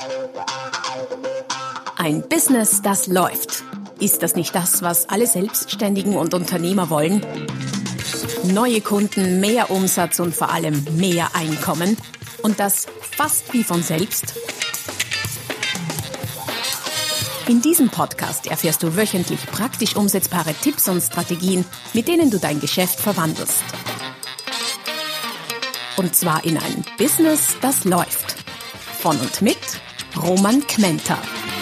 Ein Business, das läuft. Ist das nicht das, was alle Selbstständigen und Unternehmer wollen? Neue Kunden, mehr Umsatz und vor allem mehr Einkommen. Und das fast wie von selbst? In diesem Podcast erfährst du wöchentlich praktisch umsetzbare Tipps und Strategien, mit denen du dein Geschäft verwandelst. Und zwar in ein Business, das läuft. Von und mit Roman Kmenter.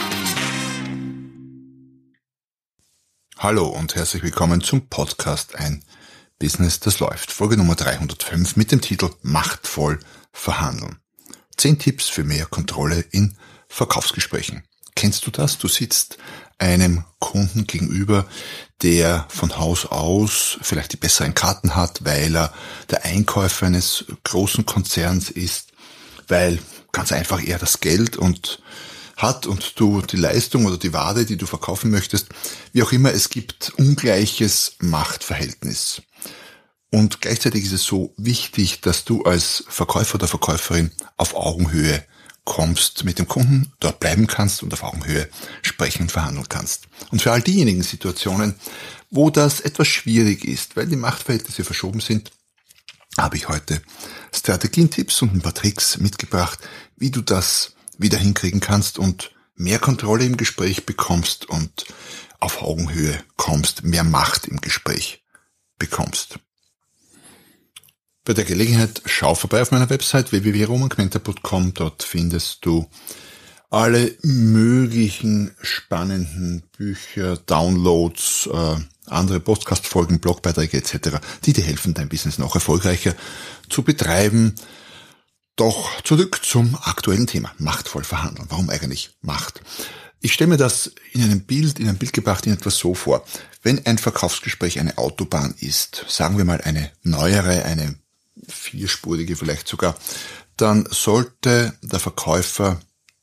Hallo und herzlich willkommen zum Podcast Ein Business, das läuft. Folge Nummer 305 mit dem Titel Machtvoll verhandeln. 10 Tipps für mehr Kontrolle in Verkaufsgesprächen. Kennst du das? Du sitzt einem Kunden gegenüber, der von Haus aus vielleicht die besseren Karten hat, weil er der Einkäufer eines großen Konzerns ist, weil ganz einfach er das Geld hat und du die Leistung oder die Ware, die du verkaufen möchtest, wie auch immer, es gibt ungleiches Machtverhältnis. Und gleichzeitig ist es so wichtig, dass du als Verkäufer oder Verkäuferin auf Augenhöhe kommst, mit dem Kunden dort bleiben kannst und auf Augenhöhe sprechen und verhandeln kannst. Und für all diejenigen Situationen, wo das etwas schwierig ist, weil die Machtverhältnisse verschoben sind, habe ich heute Strategien, Tipps und ein paar Tricks mitgebracht, wie du das wieder hinkriegen kannst und mehr Kontrolle im Gespräch bekommst und auf Augenhöhe kommst, mehr Macht im Gespräch bekommst. Bei der Gelegenheit schau vorbei auf meiner Website www.romankmenter.com. Dort findest du alle möglichen spannenden Bücher, Downloads, andere Podcast-Folgen, Blogbeiträge etc., die dir helfen, dein Business noch erfolgreicher zu betreiben. Doch zurück zum aktuellen Thema, machtvoll verhandeln. Warum eigentlich Macht? Ich stelle mir das in ein Bild gebracht, in etwas so vor. Wenn ein Verkaufsgespräch eine Autobahn ist, sagen wir mal eine neuere, eine vierspurige vielleicht sogar, dann sollte der Verkäufer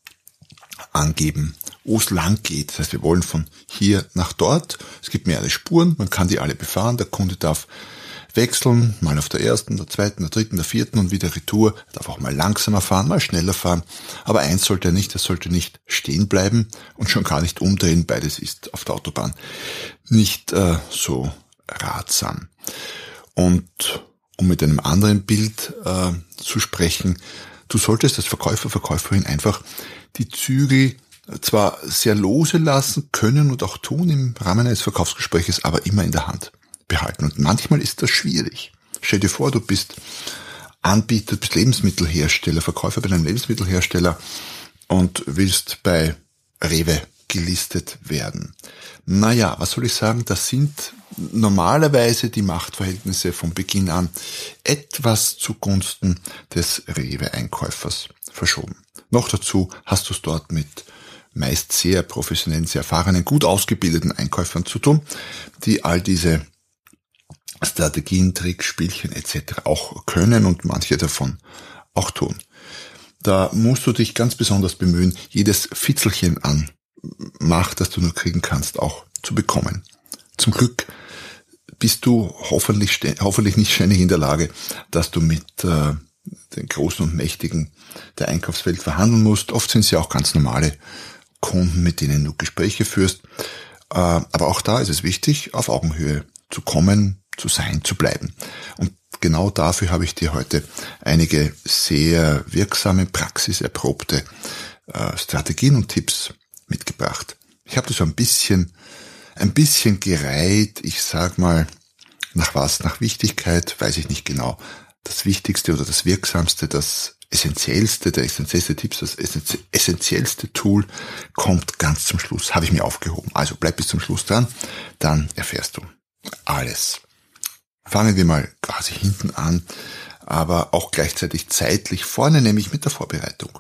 angeben, wo es lang geht. Das heißt, wir wollen von hier nach dort. Es gibt mehrere Spuren, man kann die alle befahren. Der Kunde darf wechseln, mal auf der ersten, der zweiten, der dritten, der vierten und wieder Retour. Er darf auch mal langsamer fahren, mal schneller fahren. Aber eins sollte er sollte nicht stehen bleiben und schon gar nicht umdrehen. Beides ist auf der Autobahn nicht so ratsam. Und um mit einem anderen Bild zu sprechen, du solltest als Verkäufer, Verkäuferin einfach die Zügel zwar sehr lose lassen können und auch tun im Rahmen eines Verkaufsgespräches, aber immer in der Hand behalten. Und manchmal ist das schwierig. Stell dir vor, du bist Anbieter, du bist Lebensmittelhersteller, Verkäufer bei einem Lebensmittelhersteller und willst bei Rewe gelistet werden. Naja, was soll ich sagen, das sind normalerweise die Machtverhältnisse von Beginn an etwas zugunsten des Rewe-Einkäufers verschoben. Noch dazu hast du es dort mit meist sehr professionellen, sehr erfahrenen, gut ausgebildeten Einkäufern zu tun, die all diese Strategien, Tricks, Spielchen etc. auch können und manche davon auch tun. Da musst du dich ganz besonders bemühen, jedes Fitzelchen an Macht, das du nur kriegen kannst, auch zu bekommen. Zum Glück bist du hoffentlich nicht ständig in der Lage, dass du mit den Großen und Mächtigen der Einkaufswelt verhandeln musst. Oft sind es ja auch ganz normale Kunden, mit denen du Gespräche führst. Aber auch da ist es wichtig, auf Augenhöhe zu kommen, zu sein, zu bleiben. Und genau dafür habe ich dir heute einige sehr wirksame, praxiserprobte Strategien und Tipps mitgebracht. Ich habe das so ein bisschen gereiht. Ich sag mal, nach was? Nach Wichtigkeit, weiß ich nicht genau. Das Wichtigste oder das Wirksamste, das Essentiellste, der essentiellste Tipp, das essentiellste Tool kommt ganz zum Schluss. Habe ich mir aufgehoben. Also bleib bis zum Schluss dran, dann erfährst du alles. Fangen wir mal quasi hinten an, aber auch gleichzeitig zeitlich vorne, nämlich mit der Vorbereitung.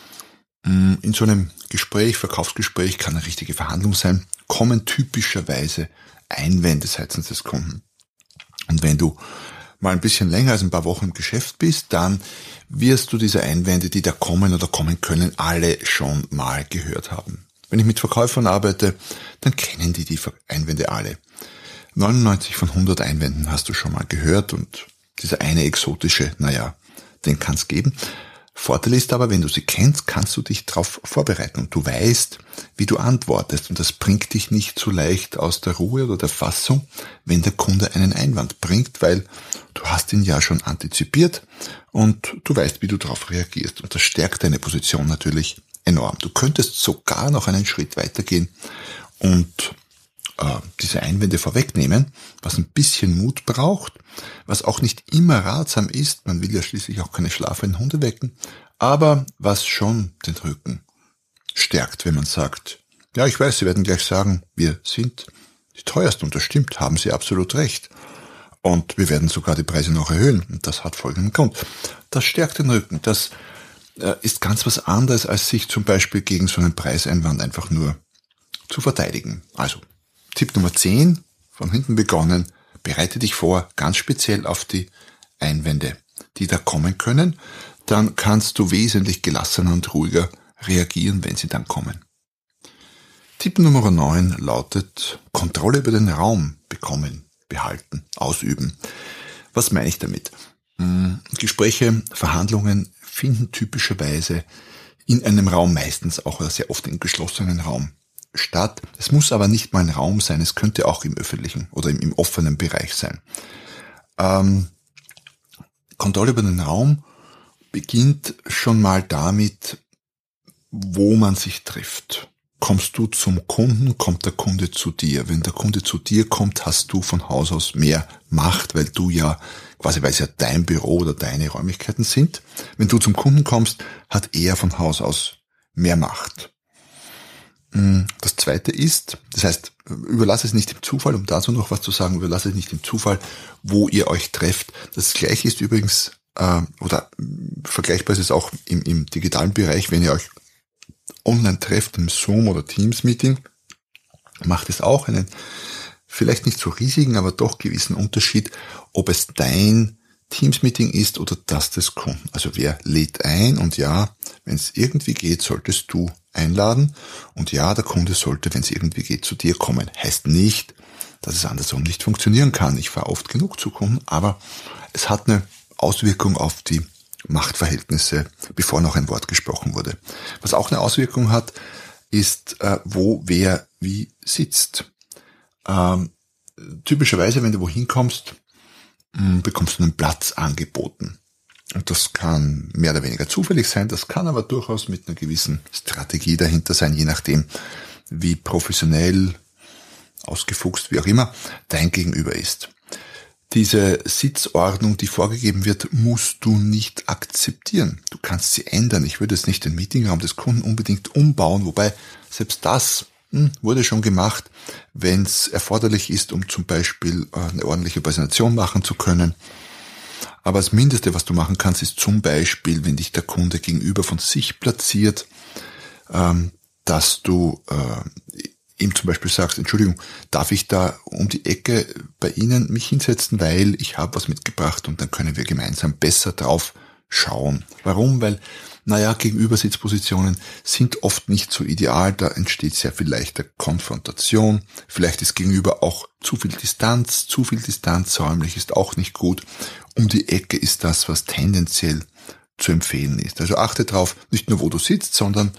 In so einem Gespräch, Verkaufsgespräch, kann eine richtige Verhandlung sein, kommen typischerweise Einwände seitens des Kunden. Und wenn du mal ein bisschen länger als ein paar Wochen im Geschäft bist, dann wirst du diese Einwände, die da kommen oder kommen können, alle schon mal gehört haben. Wenn ich mit Verkäufern arbeite, dann kennen die Einwände alle. 99 von 100 Einwänden hast du schon mal gehört und dieser eine exotische, den kann es geben. Vorteil ist aber, wenn du sie kennst, kannst du dich darauf vorbereiten und du weißt, wie du antwortest. Und das bringt dich nicht so leicht aus der Ruhe oder der Fassung, wenn der Kunde einen Einwand bringt, weil du hast ihn ja schon antizipiert und du weißt, wie du darauf reagierst. Und das stärkt deine Position natürlich enorm. Du könntest sogar noch einen Schritt weitergehen und diese Einwände vorwegnehmen, was ein bisschen Mut braucht, was auch nicht immer ratsam ist, man will ja schließlich auch keine schlafenden Hunde wecken, aber was schon den Rücken stärkt, wenn man sagt, ja, ich weiß, Sie werden gleich sagen, wir sind die teuersten und das stimmt, haben Sie absolut recht. Und wir werden sogar die Preise noch erhöhen und das hat folgenden Grund. Das stärkt den Rücken, das ist ganz was anderes, als sich zum Beispiel gegen so einen Preiseinwand einfach nur zu verteidigen. Also Tipp Nummer 10, von hinten begonnen, bereite dich vor, ganz speziell auf die Einwände, die da kommen können. Dann kannst du wesentlich gelassener und ruhiger reagieren, wenn sie dann kommen. Tipp Nummer 9 lautet, Kontrolle über den Raum bekommen, behalten, ausüben. Was meine ich damit? Gespräche, Verhandlungen finden typischerweise in einem Raum, meistens auch oder sehr oft im geschlossenen Raum statt. Es muss aber nicht mal ein Raum sein, es könnte auch im öffentlichen oder im offenen Bereich sein. Kontrolle über den Raum beginnt schon mal damit, wo man sich trifft. Kommst du zum Kunden, kommt der Kunde zu dir. Wenn der Kunde zu dir kommt, hast du von Haus aus mehr Macht, weil du ja, quasi weil es ja dein Büro oder deine Räumlichkeiten sind. Wenn du zum Kunden kommst, hat er von Haus aus mehr Macht. Das zweite ist, das heißt, überlasse es nicht dem Zufall, um dazu noch was zu sagen, überlasse es nicht dem Zufall, wo ihr euch trefft. Das Gleiche ist übrigens, oder vergleichbar ist es auch im digitalen Bereich, wenn ihr euch online trefft, im Zoom oder Teams-Meeting, macht es auch einen, vielleicht nicht so riesigen, aber doch gewissen Unterschied, ob es dein Teams-Meeting ist oder das des Kunden. Also wer lädt ein und ja, wenn es irgendwie geht, solltest du einladen und ja, der Kunde sollte, wenn es irgendwie geht, zu dir kommen. Heißt nicht, dass es andersrum nicht funktionieren kann. Ich fahre oft genug zu Kunden, aber es hat eine Auswirkung auf die Machtverhältnisse, bevor noch ein Wort gesprochen wurde. Was auch eine Auswirkung hat, ist, wo wer wie sitzt. Typischerweise, wenn du wohin kommst, bekommst du einen Platz angeboten. Und das kann mehr oder weniger zufällig sein, das kann aber durchaus mit einer gewissen Strategie dahinter sein, je nachdem, wie professionell, ausgefuchst, wie auch immer, dein Gegenüber ist. Diese Sitzordnung, die vorgegeben wird, musst du nicht akzeptieren. Du kannst sie ändern. Ich würde jetzt nicht den Meetingraum des Kunden unbedingt umbauen, wobei selbst das wurde schon gemacht, wenn es erforderlich ist, um zum Beispiel eine ordentliche Präsentation machen zu können. Aber das Mindeste, was du machen kannst, ist zum Beispiel, wenn dich der Kunde gegenüber von sich platziert, dass du ihm zum Beispiel sagst, Entschuldigung, darf ich da um die Ecke bei Ihnen mich hinsetzen, weil ich habe was mitgebracht und dann können wir gemeinsam besser drauf schauen. Warum? Weil, Gegenübersitzpositionen sind oft nicht so ideal, da entsteht sehr viel leichter Konfrontation, vielleicht ist gegenüber auch zu viel Distanz räumlich ist auch nicht gut. Um die Ecke ist das, was tendenziell zu empfehlen ist. Also achte drauf, nicht nur wo du sitzt, sondern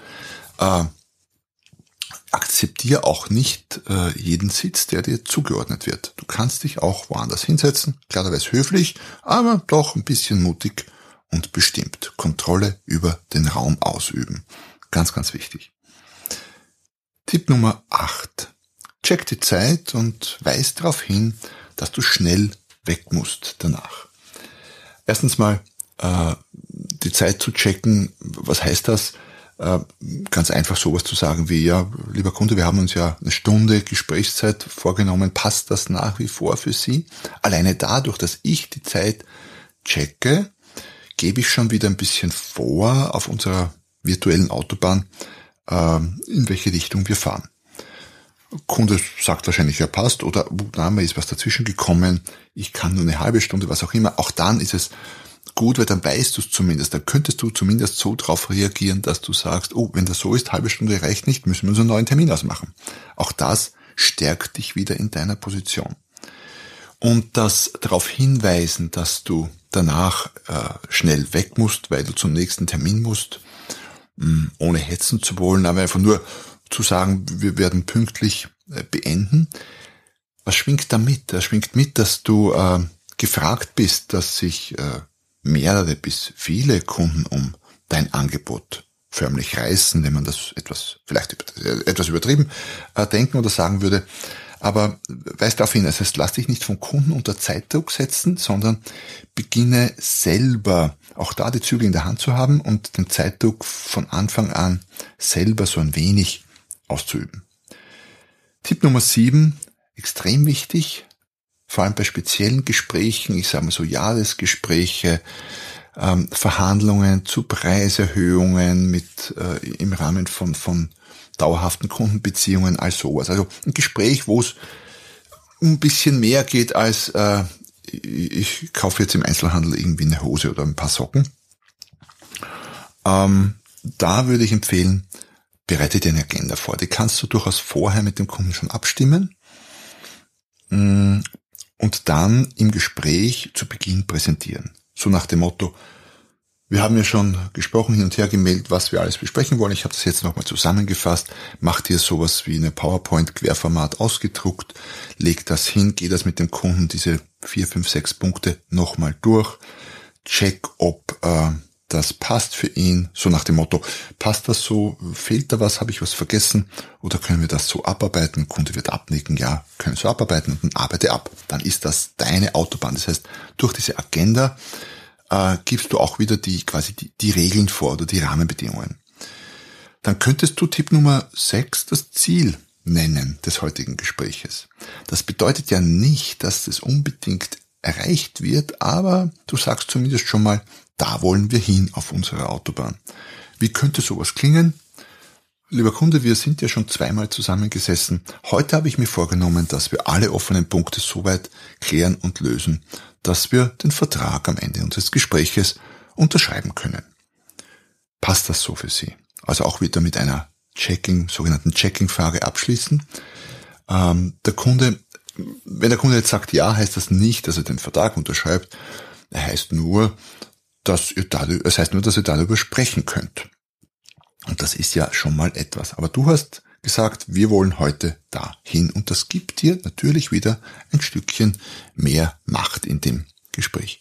akzeptiere auch nicht jeden Sitz, der dir zugeordnet wird. Du kannst dich auch woanders hinsetzen, klarerweise höflich, aber doch ein bisschen mutig und bestimmt. Kontrolle über den Raum ausüben. Ganz, ganz wichtig. Tipp Nummer 8. Check die Zeit und weis darauf hin, dass du schnell weg musst danach. Erstens mal die Zeit zu checken. Was heißt das? Ganz einfach sowas zu sagen wie, ja, lieber Kunde, wir haben uns ja eine Stunde Gesprächszeit vorgenommen. Passt das nach wie vor für Sie? Alleine dadurch, dass ich die Zeit checke, gebe ich schon wieder ein bisschen vor auf unserer virtuellen Autobahn, in welche Richtung wir fahren. Kunde sagt wahrscheinlich, ja passt, oder mir ist was dazwischen gekommen, ich kann nur eine halbe Stunde, was auch immer. Auch dann ist es gut, weil dann weißt du es zumindest, dann könntest du zumindest so drauf reagieren, dass du sagst, oh, wenn das so ist, halbe Stunde reicht nicht, müssen wir uns einen neuen Termin ausmachen. Auch das stärkt dich wieder in deiner Position. Und das darauf hinweisen, dass du danach schnell weg musst, weil du zum nächsten Termin musst, ohne hetzen zu wollen, aber einfach nur zu sagen, wir werden pünktlich beenden. Was schwingt da mit? Da schwingt mit, dass du gefragt bist, dass sich mehrere bis viele Kunden um dein Angebot förmlich reißen, wenn man das vielleicht etwas übertrieben denken oder sagen würde. Aber weis darauf hin, das heißt, lass dich nicht vom Kunden unter Zeitdruck setzen, sondern beginne selber auch da die Zügel in der Hand zu haben und den Zeitdruck von Anfang an selber so ein wenig auszuüben. Tipp Nummer 7, extrem wichtig, vor allem bei speziellen Gesprächen, ich sage mal so Jahresgespräche, Verhandlungen zu Preiserhöhungen im Rahmen von dauerhaften Kundenbeziehungen als sowas. Also ein Gespräch, wo es ein bisschen mehr geht als ich kaufe jetzt im Einzelhandel irgendwie eine Hose oder ein paar Socken. Da würde ich empfehlen, bereite dir eine Agenda vor. Die kannst du durchaus vorher mit dem Kunden schon abstimmen und dann im Gespräch zu Beginn präsentieren. So nach dem Motto, wir haben ja schon gesprochen, hin und her gemeldet, was wir alles besprechen wollen. Ich habe das jetzt nochmal zusammengefasst. Mach dir sowas wie eine PowerPoint-Querformat ausgedruckt, leg das hin, geh das mit dem Kunden, diese 4, 5, 6 Punkte nochmal durch. Check, ob das passt für ihn. So nach dem Motto, passt das so? Fehlt da was? Habe ich was vergessen? Oder können wir das so abarbeiten? Der Kunde wird abnicken, ja, können wir so abarbeiten und dann arbeite ab. Dann ist das deine Autobahn. Das heißt, durch diese Agenda gibst du auch wieder die Regeln vor oder die Rahmenbedingungen. Dann könntest du Tipp Nummer 6 das Ziel nennen des heutigen Gespräches. Das bedeutet ja nicht, dass es unbedingt erreicht wird, aber du sagst zumindest schon mal, da wollen wir hin auf unserer Autobahn. Wie könnte sowas klingen? Lieber Kunde, wir sind ja schon 2-mal zusammengesessen. Heute habe ich mir vorgenommen, dass wir alle offenen Punkte soweit klären und lösen, dass wir den Vertrag am Ende unseres Gespräches unterschreiben können. Passt das so für Sie? Also auch wieder mit einer sogenannten Checking-Frage abschließen. Wenn der Kunde jetzt sagt ja, heißt das nicht, dass er den Vertrag unterschreibt. Es heißt nur, dass ihr darüber sprechen könnt. Und das ist ja schon mal etwas. Aber du hast gesagt, wir wollen heute dahin. Und das gibt dir natürlich wieder ein Stückchen mehr Macht in dem Gespräch.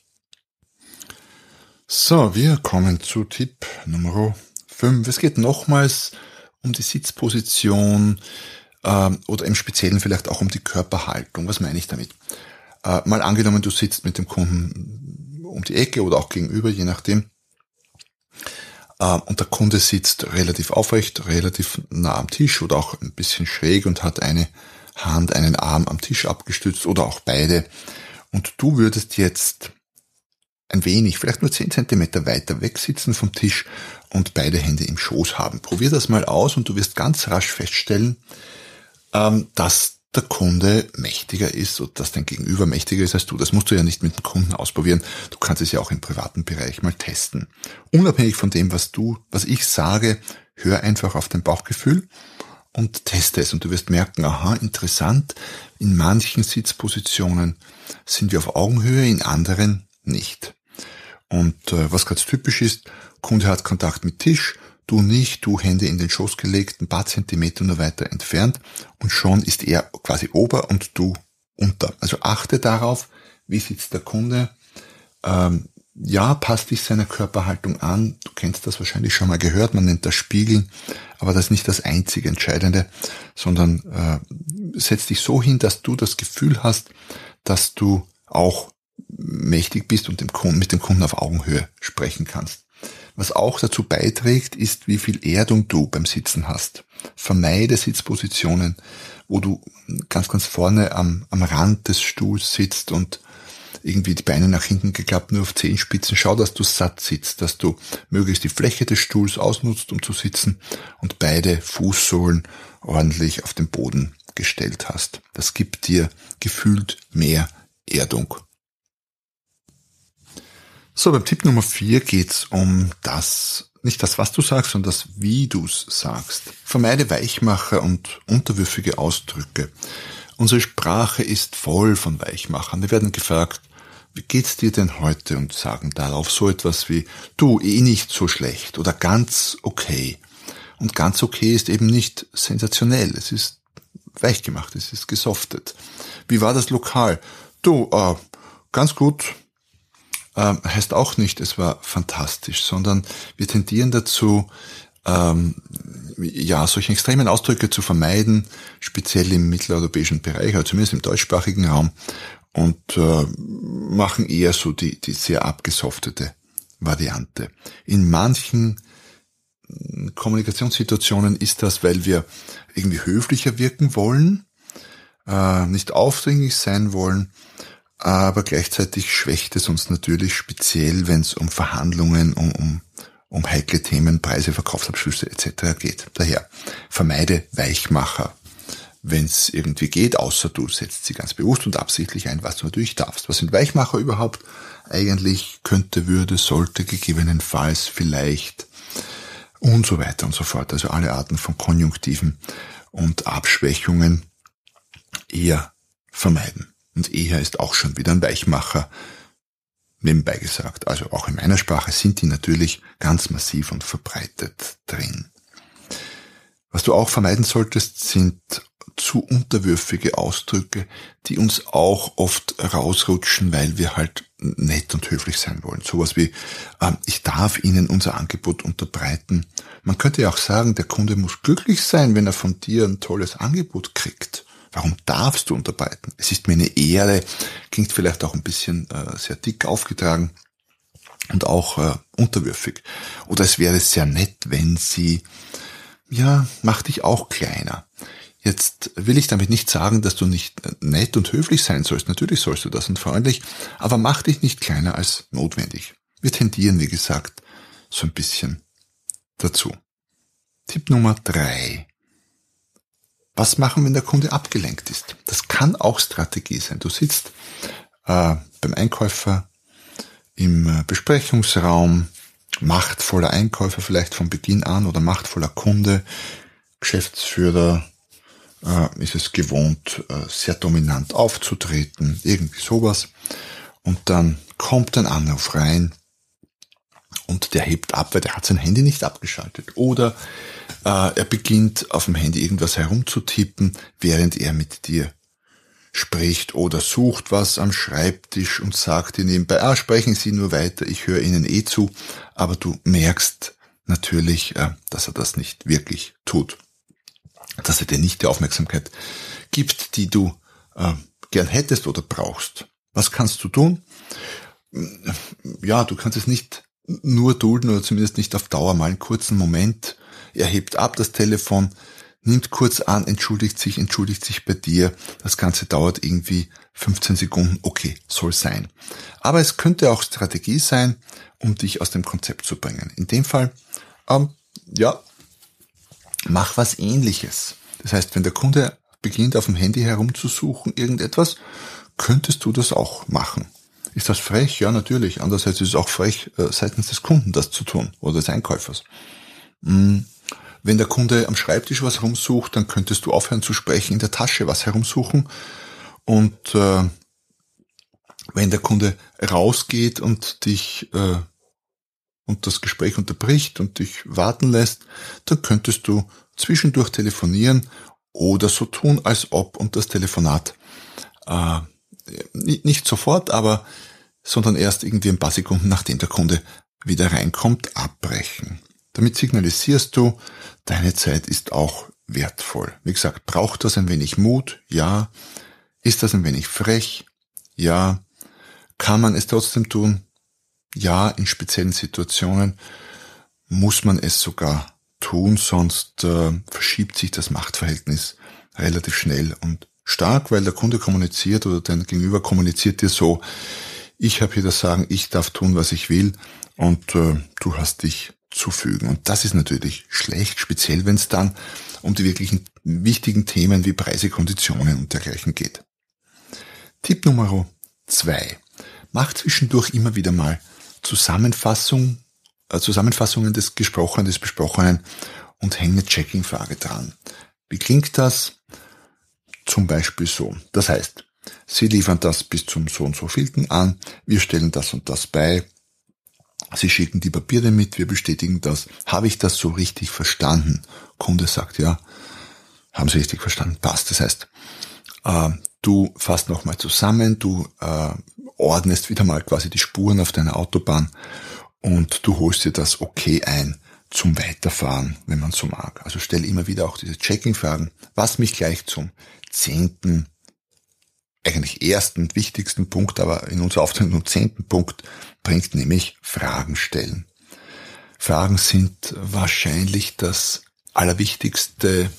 So, wir kommen zu Tipp Nummer 5. Es geht nochmals um die Sitzposition oder im Speziellen vielleicht auch um die Körperhaltung. Was meine ich damit? Mal angenommen, du sitzt mit dem Kunden um die Ecke oder auch gegenüber, je nachdem. Und der Kunde sitzt relativ aufrecht, relativ nah am Tisch oder auch ein bisschen schräg und hat eine Hand, einen Arm am Tisch abgestützt oder auch beide. Und du würdest jetzt ein wenig, vielleicht nur 10 Zentimeter weiter weg sitzen vom Tisch und beide Hände im Schoß haben. Probier das mal aus und du wirst ganz rasch feststellen, dass der Kunde mächtiger ist oder dass dein Gegenüber mächtiger ist als du. Das musst du ja nicht mit dem Kunden ausprobieren. Du kannst es ja auch im privaten Bereich mal testen. Unabhängig von dem, was ich sage, hör einfach auf dein Bauchgefühl und teste es. Und du wirst merken, aha, interessant, in manchen Sitzpositionen sind wir auf Augenhöhe, in anderen nicht. Und was ganz typisch ist, Kunde hat Kontakt mit Tisch, du nicht, du Hände in den Schoß gelegt, ein paar Zentimeter nur weiter entfernt und schon ist er quasi ober und du unter. Also achte darauf, wie sitzt der Kunde. Passt dich seiner Körperhaltung an. Du kennst das wahrscheinlich schon mal gehört, man nennt das Spiegeln, aber das ist nicht das einzige Entscheidende, sondern setz dich so hin, dass du das Gefühl hast, dass du auch mächtig bist und mit dem Kunden auf Augenhöhe sprechen kannst. Was auch dazu beiträgt, ist, wie viel Erdung du beim Sitzen hast. Vermeide Sitzpositionen, wo du ganz, ganz vorne am Rand des Stuhls sitzt und irgendwie die Beine nach hinten geklappt, nur auf Zehenspitzen. Schau, dass du satt sitzt, dass du möglichst die Fläche des Stuhls ausnutzt, um zu sitzen und beide Fußsohlen ordentlich auf den Boden gestellt hast. Das gibt dir gefühlt mehr Erdung. So, beim Tipp Nummer 4 geht's um nicht das, was du sagst, sondern das, wie du's sagst. Vermeide Weichmacher und unterwürfige Ausdrücke. Unsere Sprache ist voll von Weichmachern. Wir werden gefragt, wie geht's dir denn heute? Und sagen darauf so etwas wie, du, nicht so schlecht oder ganz okay. Und ganz okay ist eben nicht sensationell, es ist weich gemacht, es ist gesoftet. Wie war das Lokal? Du, ganz gut, heißt auch nicht, es war fantastisch, sondern wir tendieren dazu, solche extremen Ausdrücke zu vermeiden, speziell im mitteleuropäischen Bereich, also zumindest im deutschsprachigen Raum, und machen eher so die sehr abgesoftete Variante. In manchen Kommunikationssituationen ist das, weil wir irgendwie höflicher wirken wollen, nicht aufdringlich sein wollen, aber gleichzeitig schwächt es uns natürlich speziell, wenn es um Verhandlungen, um heikle Themen, Preise, Verkaufsabschlüsse etc. geht. Daher vermeide Weichmacher, wenn es irgendwie geht, außer du setzt sie ganz bewusst und absichtlich ein, was du natürlich darfst. Was sind Weichmacher überhaupt? Eigentlich könnte, würde, sollte, gegebenenfalls, vielleicht und so weiter und so fort. Also alle Arten von Konjunktiven und Abschwächungen eher vermeiden. Und eher ist auch schon wieder ein Weichmacher, nebenbei gesagt. Also auch in meiner Sprache sind die natürlich ganz massiv und verbreitet drin. Was du auch vermeiden solltest, sind zu unterwürfige Ausdrücke, die uns auch oft rausrutschen, weil wir halt nett und höflich sein wollen. Sowas wie, ich darf Ihnen unser Angebot unterbreiten. Man könnte ja auch sagen, der Kunde muss glücklich sein, wenn er von dir ein tolles Angebot kriegt. Warum darfst du unterbreiten? Es ist mir eine Ehre, klingt vielleicht auch ein bisschen sehr dick aufgetragen und auch unterwürfig. Oder es wäre sehr nett, wenn Sie, mach dich auch kleiner. Jetzt will ich damit nicht sagen, dass du nicht nett und höflich sein sollst. Natürlich sollst du das und freundlich, aber mach dich nicht kleiner als notwendig. Wir tendieren, wie gesagt, so ein bisschen dazu. Tipp Nummer 3. Was machen, wenn der Kunde abgelenkt ist? Das kann auch Strategie sein. Du sitzt beim Einkäufer im Besprechungsraum, machtvoller Einkäufer vielleicht von Beginn an oder machtvoller Kunde, Geschäftsführer, ist es gewohnt, sehr dominant aufzutreten, irgendwie sowas. Und dann kommt ein Anruf rein und der hebt ab, weil der hat sein Handy nicht abgeschaltet. Oder er beginnt auf dem Handy irgendwas herumzutippen, während er mit dir spricht oder sucht was am Schreibtisch und sagt dir nebenbei, sprechen Sie nur weiter, ich höre Ihnen zu. Aber du merkst natürlich, dass er das nicht wirklich tut. Dass er dir nicht die Aufmerksamkeit gibt, die du gern hättest oder brauchst. Was kannst du tun? Ja, du kannst es nicht nur dulden oder zumindest nicht auf Dauer, mal einen kurzen Moment. Er hebt ab das Telefon, nimmt kurz an, entschuldigt sich bei dir. Das Ganze dauert irgendwie 15 Sekunden. Okay, soll sein. Aber es könnte auch Strategie sein, um dich aus dem Konzept zu bringen. In dem Fall, mach was Ähnliches. Das heißt, wenn der Kunde beginnt, auf dem Handy herumzusuchen, irgendetwas, könntest du das auch machen. Ist das frech? Ja, natürlich. Andererseits ist es auch frech, seitens des Kunden das zu tun oder des Einkäufers. Wenn der Kunde am Schreibtisch was herumsucht, dann könntest du aufhören zu sprechen, in der Tasche was herumsuchen. Und wenn der Kunde rausgeht und dich und das Gespräch unterbricht und dich warten lässt, dann könntest du zwischendurch telefonieren oder so tun, als ob und das Telefonat nicht sofort, sondern erst irgendwie ein paar Sekunden, nachdem der Kunde wieder reinkommt, abbrechen. Damit signalisierst du, deine Zeit ist auch wertvoll. Wie gesagt, braucht das ein wenig Mut? Ja. Ist das ein wenig frech? Ja. Kann man es trotzdem tun? Ja, in speziellen Situationen muss man es sogar tun, sonst verschiebt sich das Machtverhältnis relativ schnell und stark, weil der Kunde kommuniziert oder dein Gegenüber kommuniziert dir so, ich habe hier das Sagen, ich darf tun, was ich will und du hast dich zu fügen. Und das ist natürlich schlecht, speziell wenn es dann um die wirklichen wichtigen Themen wie Preise, Konditionen und dergleichen geht. Tipp Nummer 2. Mach zwischendurch immer wieder mal Zusammenfassungen des Gesprochenen, des Besprochenen und häng eine Checking-Frage dran. Wie klingt das? Zum Beispiel so. Das heißt, Sie liefern das bis zum so und so vielten an, wir stellen das und das bei, Sie schicken die Papiere mit, wir bestätigen das. Habe ich das so richtig verstanden? Kunde sagt, ja, haben Sie richtig verstanden, passt. Das heißt, du fasst nochmal zusammen, du ordnest wieder mal quasi die Spuren auf deiner Autobahn und du holst dir das Okay ein zum Weiterfahren, wenn man so mag. Also stell immer wieder auch diese Checking-Fragen, was mich gleich zum 10., eigentlich ersten und wichtigsten Punkt, aber in unserer Aufteilung zum 10. Punkt bringt, nämlich Fragen stellen. Fragen sind wahrscheinlich das allerwichtigste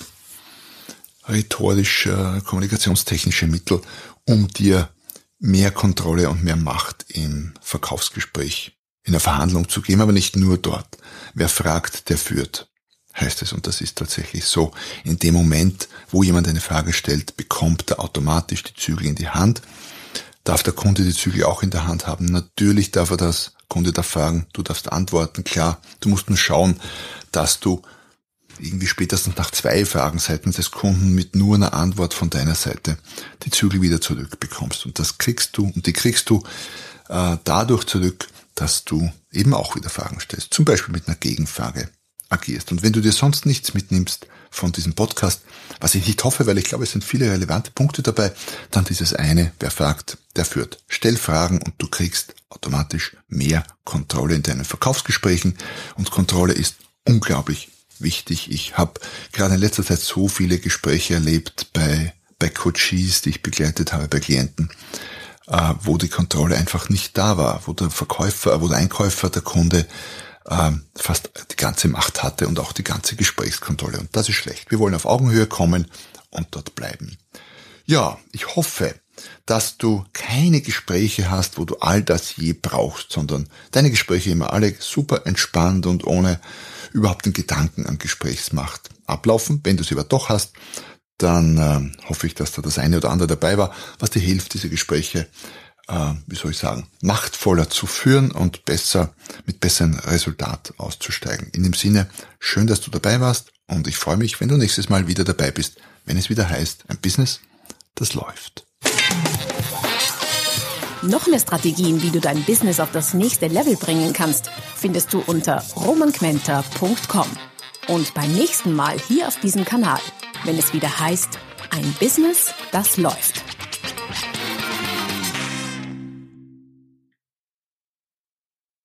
rhetorische, kommunikationstechnische Mittel, um dir mehr Kontrolle und mehr Macht im Verkaufsgespräch, in der Verhandlung zu geben, aber nicht nur dort. Wer fragt, der führt, heißt es. Und das ist tatsächlich so. In dem Moment, wo jemand eine Frage stellt, bekommt er automatisch die Zügel in die Hand. Darf der Kunde die Zügel auch in der Hand haben? Natürlich darf er das. Kunde darf fragen, du darfst antworten, klar. Du musst nur schauen, dass du irgendwie spätestens nach 2 Fragen seitens des Kunden mit nur einer Antwort von deiner Seite die Zügel wieder zurückbekommst. Und das kriegst du, und die kriegst du dadurch zurück, dass du eben auch wieder Fragen stellst. Zum Beispiel mit einer Gegenfrage agierst. Und wenn du dir sonst nichts mitnimmst von diesem Podcast, was ich nicht hoffe, weil ich glaube, es sind viele relevante Punkte dabei, dann dieses eine, wer fragt, der führt. Stell Fragen und du kriegst automatisch mehr Kontrolle in deinen Verkaufsgesprächen. Und Kontrolle ist unglaublich wichtig. Ich habe gerade in letzter Zeit so viele Gespräche erlebt bei Coaches, die ich begleitet habe, bei Klienten, wo die Kontrolle einfach nicht da war, wo der Einkäufer, der Kunde fast die ganze Macht hatte und auch die ganze Gesprächskontrolle. Und das ist schlecht. Wir wollen auf Augenhöhe kommen und dort bleiben. Ja, ich hoffe, dass du keine Gespräche hast, wo du all das je brauchst, sondern deine Gespräche immer alle super entspannt und ohne überhaupt den Gedanken an Gesprächsmacht ablaufen. Wenn du sie aber doch hast, dann hoffe ich, dass da das eine oder andere dabei war, was dir hilft, diese Gespräche, machtvoller zu führen und mit besseren Resultat auszusteigen. In dem Sinne, schön, dass du dabei warst und ich freue mich, wenn du nächstes Mal wieder dabei bist, wenn es wieder heißt, ein Business, das läuft. Noch mehr Strategien, wie du dein Business auf das nächste Level bringen kannst, findest du unter romanquenter.com. Und beim nächsten Mal hier auf diesem Kanal, wenn es wieder heißt, ein Business, das läuft.